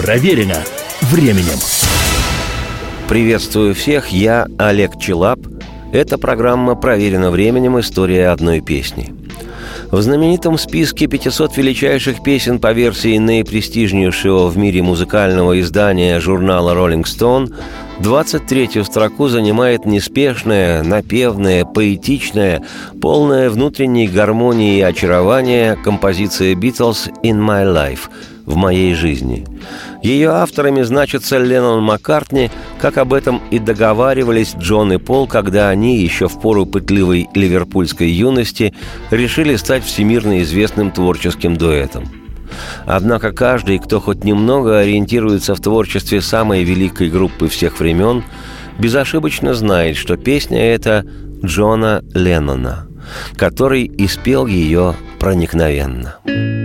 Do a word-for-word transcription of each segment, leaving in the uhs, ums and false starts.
Проверено временем. Приветствую всех, я Олег Челап. Это программа «Проверено временем. История одной песни». В знаменитом списке пятисот величайших песен по версии наипрестижнейшего в мире музыкального издания журнала Rolling Stone двадцать третью строку занимает неспешная, напевная, поэтичная, полная внутренней гармонии и очарования композиция Beatles «In My Life» – «В моей жизни». Ее авторами значатся Леннон Маккартни, как об этом и договаривались Джон и Пол, когда они, еще в пору пытливой ливерпульской юности, решили стать всемирно известным творческим дуэтом. Однако каждый, кто хоть немного ориентируется в творчестве самой великой группы всех времен, безошибочно знает, что песня эта Джона Леннона, который и спел ее проникновенно.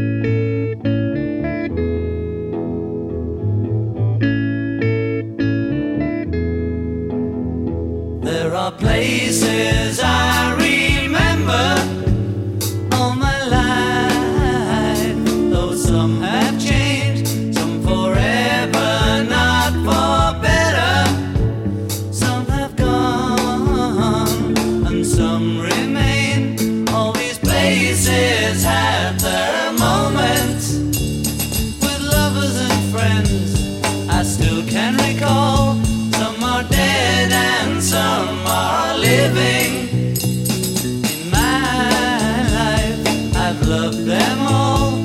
Places I remember all my life, though some have changed, some forever, not for better. Some have gone and some remain. All these places have their moments with lovers and friends I still can recall. Some are dead and some are living. In my life, I've loved them all.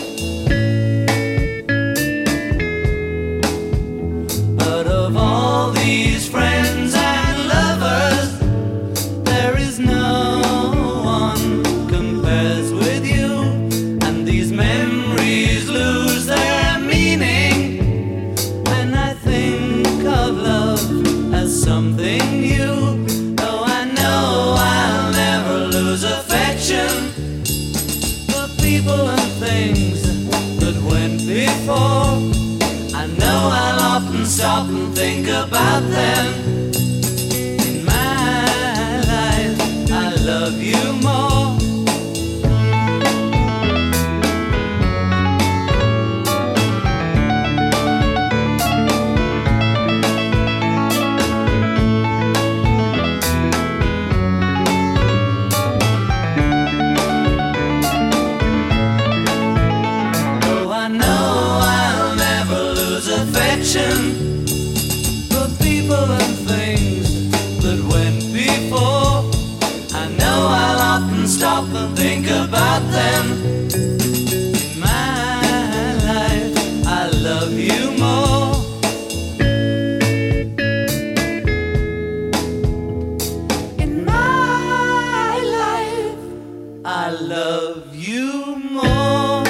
But of all these friends and lovers, there is no one compares with you. And these memories lose their meaning when I think of love as something new. Though I know I'll never lose affection for people and things that went before. I know I'll often stop and think about them. In my life, I love you more. For people and things that went before. I know I'll often stop and think about them. In my life, I love you more. In my life, I love you more.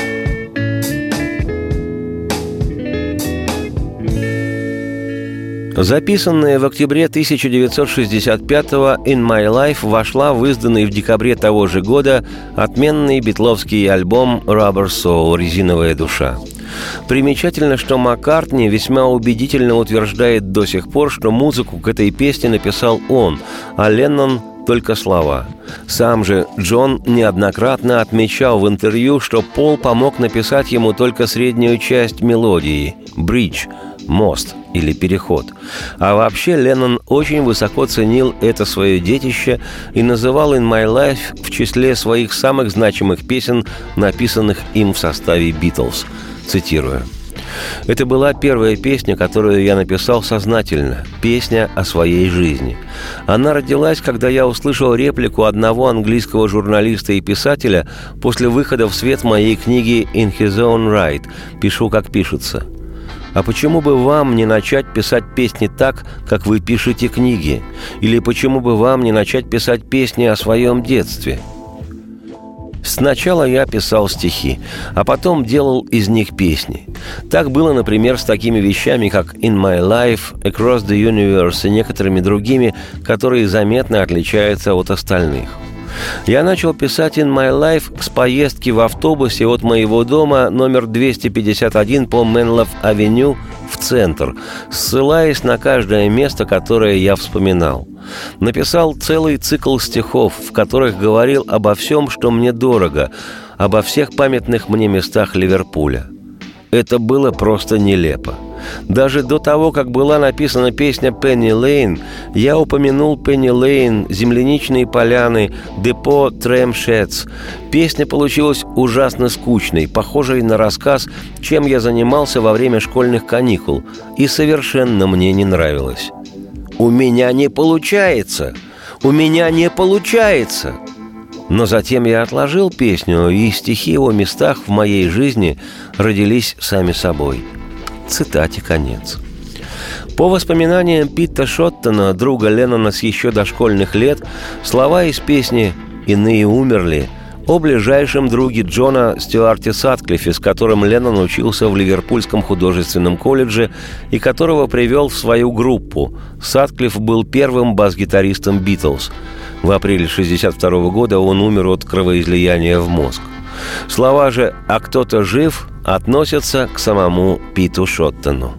Записанная в октябре тысяча девятьсот шестьдесят пятого «In My Life» вошла в изданный в декабре того же года отменный битловский альбом «Rubber Soul» «Резиновая душа». Примечательно, что Маккартни весьма убедительно утверждает до сих пор, что музыку к этой песне написал он, а Леннон – только слова. Сам же Джон неоднократно отмечал в интервью, что Пол помог написать ему только среднюю часть мелодии – «Bridge», «Мост» или «Переход». А вообще Леннон очень высоко ценил это свое детище и называл «In My Life» в числе своих самых значимых песен, написанных им в составе «Битлз». Цитирую. «Это была первая песня, которую я написал сознательно, песня о своей жизни. Она родилась, когда я услышал реплику одного английского журналиста и писателя после выхода в свет моей книги «In His Own Right» «Пишу, как пишется». А почему бы вам не начать писать песни так, как вы пишете книги? Или почему бы вам не начать писать песни о своем детстве? Сначала я писал стихи, а потом делал из них песни. Так было, например, с такими вещами, как «In My Life», «Across the Universe» и некоторыми другими, которые заметно отличаются от остальных. Я начал писать «In My Life» с поездки в автобусе от моего дома номер двести пятьдесят один по Менлов-авеню в центр, ссылаясь на каждое место, которое я вспоминал. Написал целый цикл стихов, в которых говорил обо всем, что мне дорого, обо всех памятных мне местах Ливерпуля. это было просто нелепо. Даже до того, как была написана песня «Пенни Лейн», я упомянул Пенни Лейн, земляничные поляны, депо Тремшетс. Песня получилась ужасно скучной, похожей на рассказ, чем я занимался во время школьных каникул, и совершенно мне не нравилась. «У меня не получается! У меня не получается!» Но затем я отложил песню, и стихи о местах в моей жизни родились сами собой. Цитате конец. По воспоминаниям Питта Шоттона, друга Леннона с еще дошкольных лет, слова из песни «Иные умерли» о ближайшем друге Джона Стюарте Сатклиффе, с которым Леннон учился в Ливерпульском художественном колледже и которого привел в свою группу. Сатклифф был первым бас-гитаристом «Битлз». В апреле шестьдесят второго года он умер от кровоизлияния в мозг. Слова же «А кто-то жив» относятся к самому Питу Шоттону.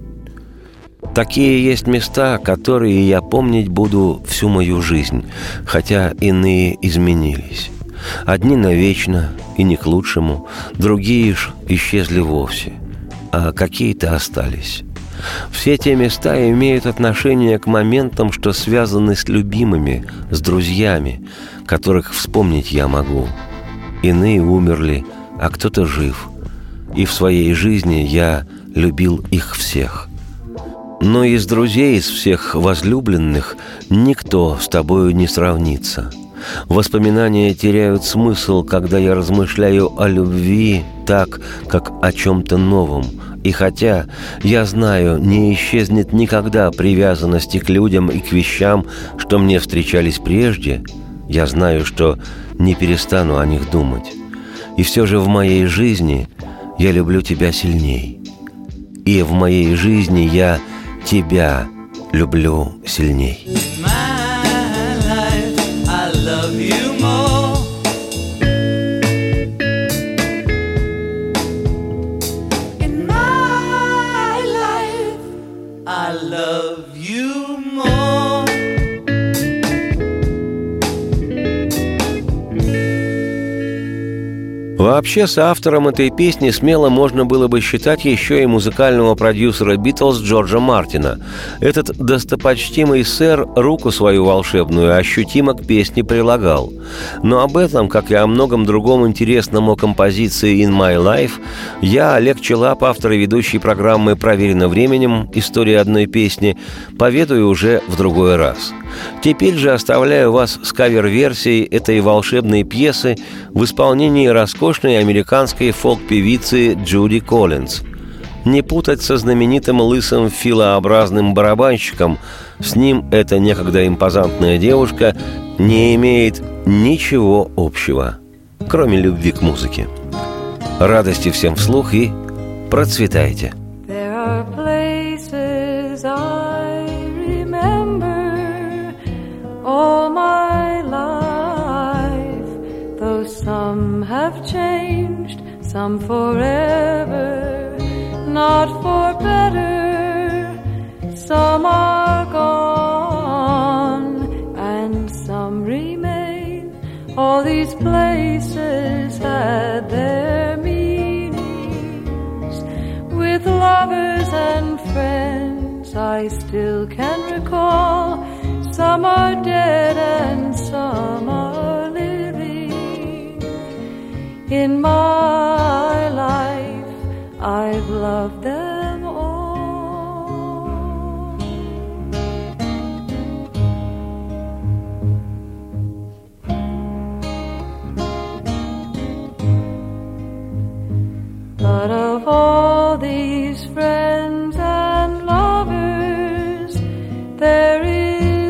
Такие есть места, которые я помнить буду всю мою жизнь, хотя иные изменились. Одни навечно и не к лучшему, другие ж исчезли вовсе, а какие-то остались. Все те места имеют отношение к моментам, что связаны с любимыми, с друзьями, которых вспомнить я могу. Иные умерли, а кто-то жив. И в своей жизни я любил их всех. Но из друзей, из всех возлюбленных, никто с тобою не сравнится. Воспоминания теряют смысл, когда я размышляю о любви так, как о чем-то новом. И хотя, я знаю, не исчезнет никогда привязанности к людям и к вещам, что мне встречались прежде, я знаю, что не перестану о них думать. И все же в моей жизни я люблю тебя сильней. И в моей жизни я тебя люблю сильней. Вообще, соавтором этой песни смело можно было бы считать еще и музыкального продюсера «Битлз» Джорджа Мартина. Этот достопочтимый сэр руку свою волшебную ощутимо к песне прилагал. Но об этом, как и о многом другом интересном о композиции «In My Life», я, Олег Челап, автор и ведущий программы «Проверено временем. История одной песни», поведаю уже в другой раз. Теперь же оставляю вас с кавер-версией этой волшебной пьесы в исполнении роскошной американской фолк-певицы Джуди Коллинз. Не путать со знаменитым лысым филообразным барабанщиком. С ним эта некогда импозантная девушка не имеет ничего общего, кроме любви к музыке. Радости всем вслух и процветайте! All my life, though some have changed, some forever, not for better, some are gone, and some remain. All these places had their meanings, with lovers and friends I still can recall. Some are dead and some are living. In my life, I've loved them all. But of all these friends and lovers, there is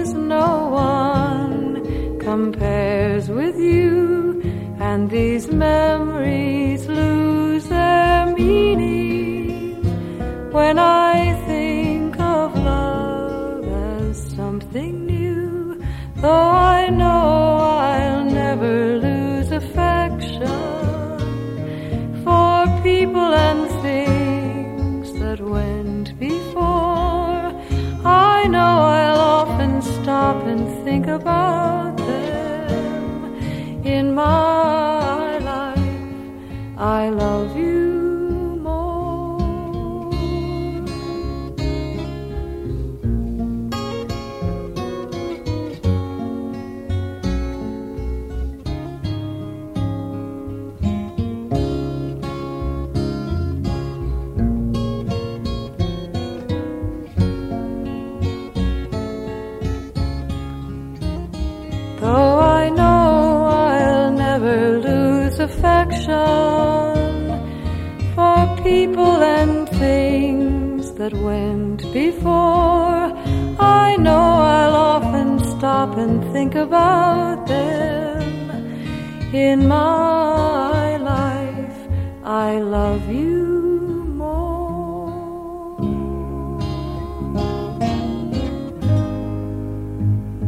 compares with you, and these memories lose their meaning when I think of love as something new. Though I know I'll never lose affection for people and things that went before, I know I'll often stop and think about them. In my life, I love you more. people and things that went before. I know I'll often stop and think about them. In my life, I love you more.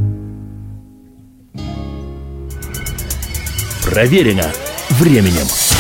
Проверено временем.